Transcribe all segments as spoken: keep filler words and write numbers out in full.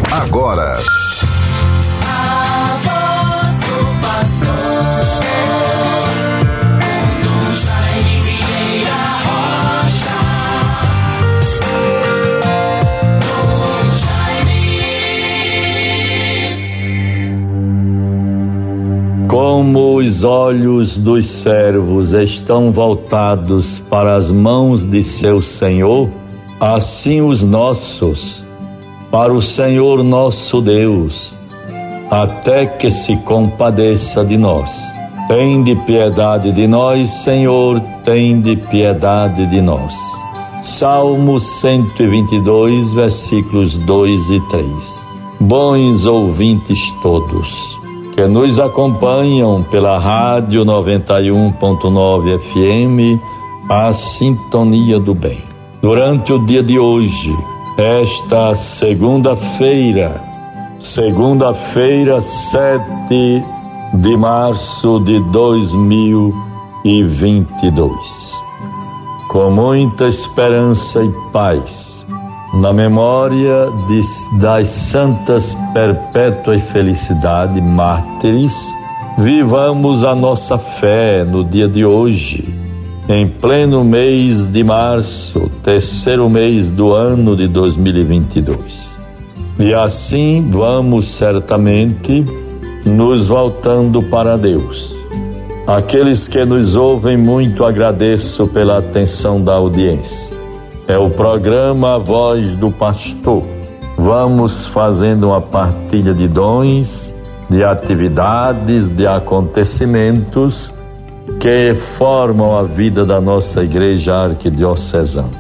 agora. A voz do pastor, Dom Jaime Vieira Rocha. Dom Jaime. Como os olhos dos servos estão voltados para as mãos de seu Senhor, assim os nossos para o Senhor nosso Deus, até que se compadeça de nós. Tende piedade de nós, Senhor, tende piedade de nós. Salmo cento e vinte e dois, versículos dois e três. Bons ouvintes todos, que nos acompanham pela Rádio noventa e um ponto nove F M, a Sintonia do Bem. Durante o dia de hoje, esta segunda-feira, segunda-feira, sete de março de dois mil e vinte e dois, com muita esperança e paz, na memória de, das santas perpétua e felicidade mártires, vivamos a nossa fé no dia de hoje, em pleno mês de março, terceiro mês do ano de dois mil e vinte e dois. E assim vamos certamente nos voltando para Deus. Aqueles que nos ouvem, muito agradeço pela atenção da audiência. É o programa A Voz do Pastor. Vamos fazendo uma partilha de dons, de atividades, de acontecimentos que formam a vida da nossa igreja arquidiocesana.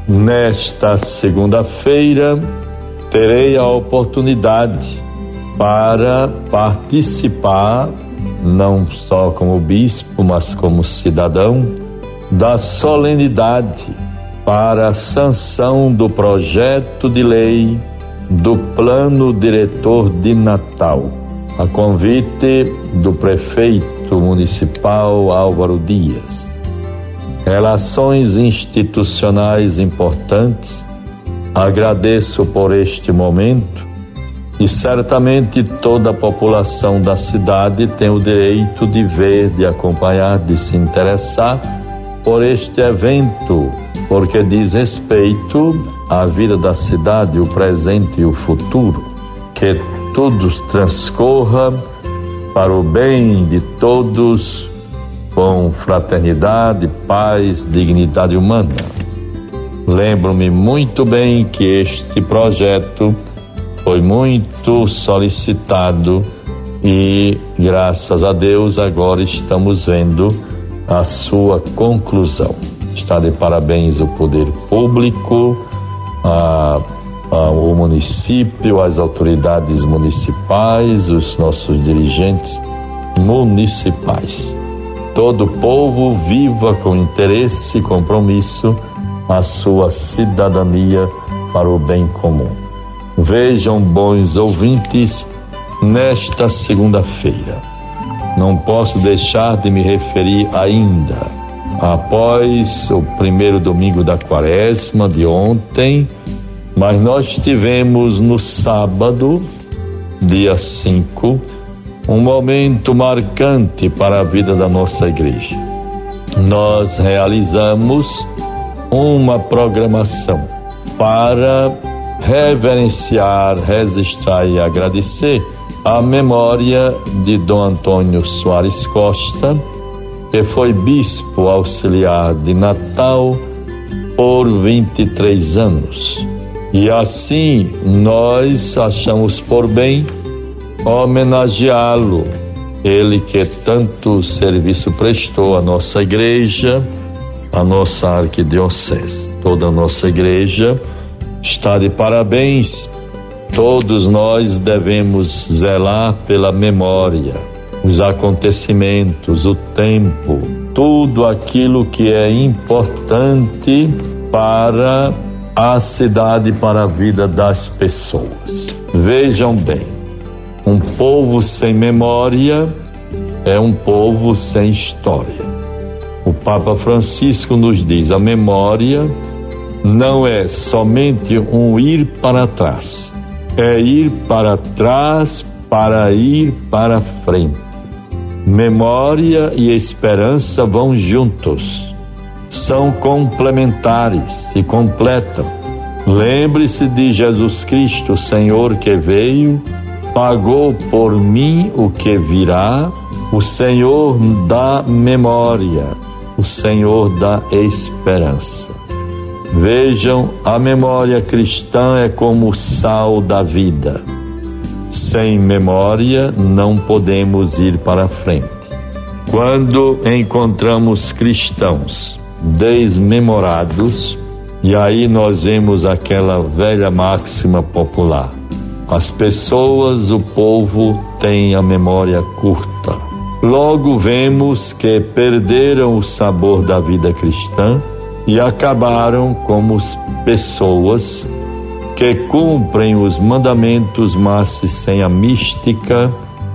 Nesta segunda-feira, terei a oportunidade para participar, não só como bispo, mas como cidadão, da solenidade para a sanção do projeto de lei do Plano Diretor de Natal, a convite do prefeito municipal Álvaro Dias. Relações institucionais importantes. Agradeço por este momento e certamente toda a população da cidade tem o direito de ver, de acompanhar, de se interessar por este evento, porque diz respeito à vida da cidade, o presente e o futuro. Que tudo transcorra para o bem de todos, com fraternidade, paz, dignidade humana. Lembro-me muito bem que este projeto foi muito solicitado e, graças a Deus, agora estamos vendo a sua conclusão. Está de parabéns o poder público, a o município, as autoridades municipais, os nossos dirigentes municipais. Todo o povo viva com interesse e compromisso a sua cidadania para o bem comum. Vejam, bons ouvintes, nesta segunda-feira, não posso deixar de me referir ainda, após o primeiro domingo da quaresma de ontem, mas nós tivemos no sábado, dia cinco, um momento marcante para a vida da nossa igreja. Nós realizamos uma programação para reverenciar, registrar e agradecer a memória de Dom Antônio Soares Costa, que foi bispo auxiliar de Natal por vinte e três anos. E assim nós achamos por bem homenageá-lo, ele que tanto serviço prestou à nossa igreja, à nossa arquidiocese. Toda a nossa igreja está de parabéns. Todos nós devemos zelar pela memória, os acontecimentos, o tempo, tudo aquilo que é importante para a cidade, para a vida das pessoas. Vejam bem, um povo sem memória é um povo sem história. O Papa Francisco nos diz: a memória não é somente um ir para trás, é ir para trás para ir para frente. Memória e esperança vão juntos, são complementares, se completam. Lembre-se de Jesus Cristo, Senhor que veio, pagou por mim o que virá, o Senhor da memória, o Senhor da esperança. Vejam, a memória cristã é como o sal da vida. Sem memória não podemos ir para frente. Quando encontramos cristãos desmemorados, e aí nós vemos aquela velha máxima popular: as pessoas, o povo tem a memória curta. Logo vemos que perderam o sabor da vida cristã e acabaram como pessoas que cumprem os mandamentos, mas sem a mística,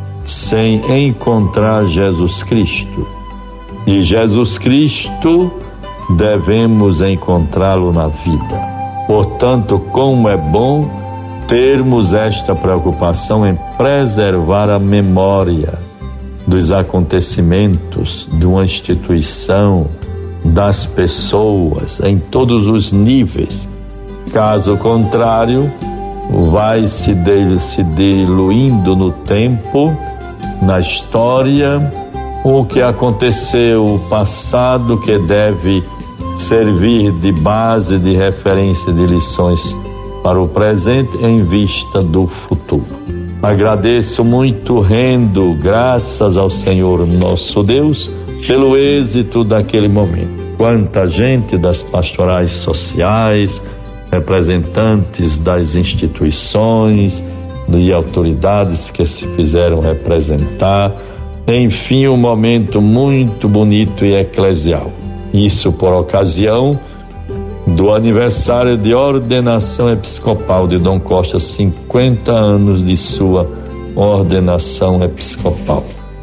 sem encontrar Jesus Cristo. E Jesus Cristo devemos encontrá-lo na vida. Portanto, como é bom termos esta preocupação em preservar a memória dos acontecimentos de uma instituição, das pessoas, em todos os níveis. Caso contrário, vai se, de, se diluindo no tempo, na história, o que aconteceu, o passado que deve servir de base, de referência, de lições para o presente em vista do futuro. Agradeço muito, rendo graças ao Senhor nosso Deus pelo êxito daquele momento. Quanta gente das pastorais sociais, representantes das instituições e autoridades que se fizeram representar, enfim, um momento muito bonito e eclesial. Isso por ocasião do aniversário de ordenação episcopal de Dom Costa, cinquenta anos de sua ordenação episcopal,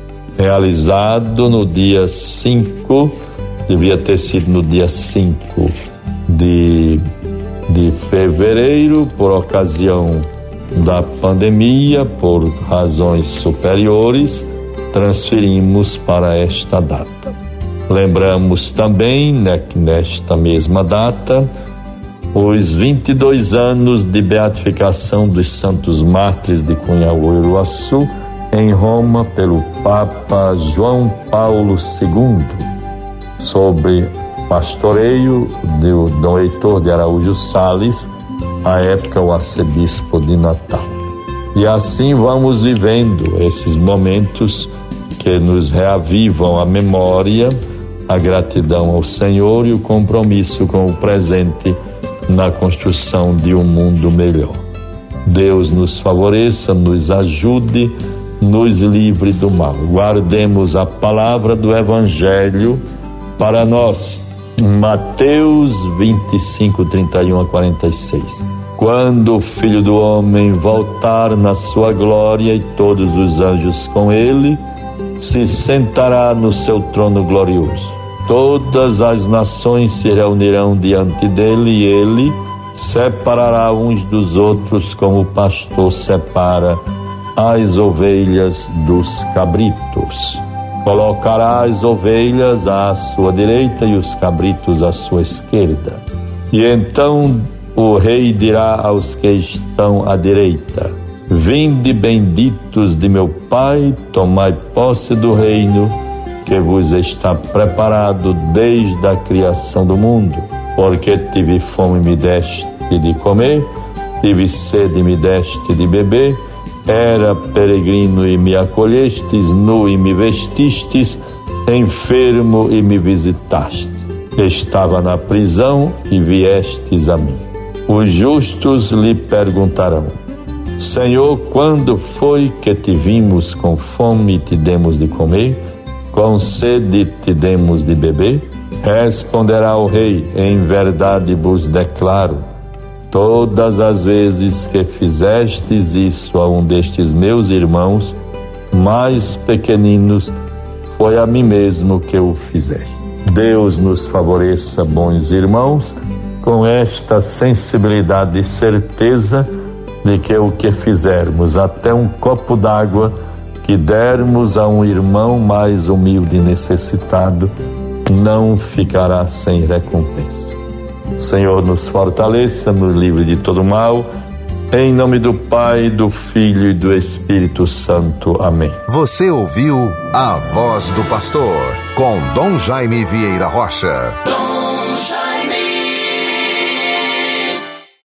realizado no dia cinco, devia ter sido no dia cinco de, de fevereiro, por ocasião da pandemia, por razões superiores, transferimos para esta data. Lembramos também, né, nesta mesma data, os vinte e dois anos de beatificação dos santos mártires de Cunhaú-Iruaçu, em Roma, pelo Papa João Paulo segundo, sob pastoreio do Dom Heitor de Araújo Salles, à época o arcebispo de Natal. E assim vamos vivendo esses momentos que nos reavivam a memória, a gratidão ao Senhor e o compromisso com o presente na construção de um mundo melhor. Deus nos favoreça, nos ajude, nos livre do mal. Guardemos a palavra do Evangelho para nós. Mateus vinte e cinco, trinta e um a quarenta e seis. Quando o Filho do Homem voltar na sua glória e todos os anjos com ele, se sentará no seu trono glorioso. Todas as nações se reunirão diante dele e ele separará uns dos outros como o pastor separa as ovelhas dos cabritos. Colocará as ovelhas à sua direita e os cabritos à sua esquerda. E então o rei dirá aos que estão à direita: vinde benditos de meu Pai, tomai posse do reino que vos está preparado desde a criação do mundo. Porque tive fome e me deste de comer, tive sede e me deste de beber, era peregrino e me acolhestes, nu e me vestistes, enfermo e me visitastes, estava na prisão e viestes a mim. Os justos lhe perguntarão: Senhor, quando foi que te vimos com fome e te demos de comer, com sede te demos de beber? Responderá o rei: em verdade vos declaro, todas as vezes que fizestes isso a um destes meus irmãos mais pequeninos, foi a mim mesmo que o fizeste. Deus nos favoreça, bons irmãos, com esta sensibilidade e certeza de que o que fizermos, até um copo d'água que dermos a um irmão mais humilde e necessitado, não ficará sem recompensa. O Senhor nos fortaleça, nos livre de todo mal. Em nome do Pai, do Filho e do Espírito Santo. Amém. Você ouviu A Voz do Pastor, com Dom Jaime Vieira Rocha. Dom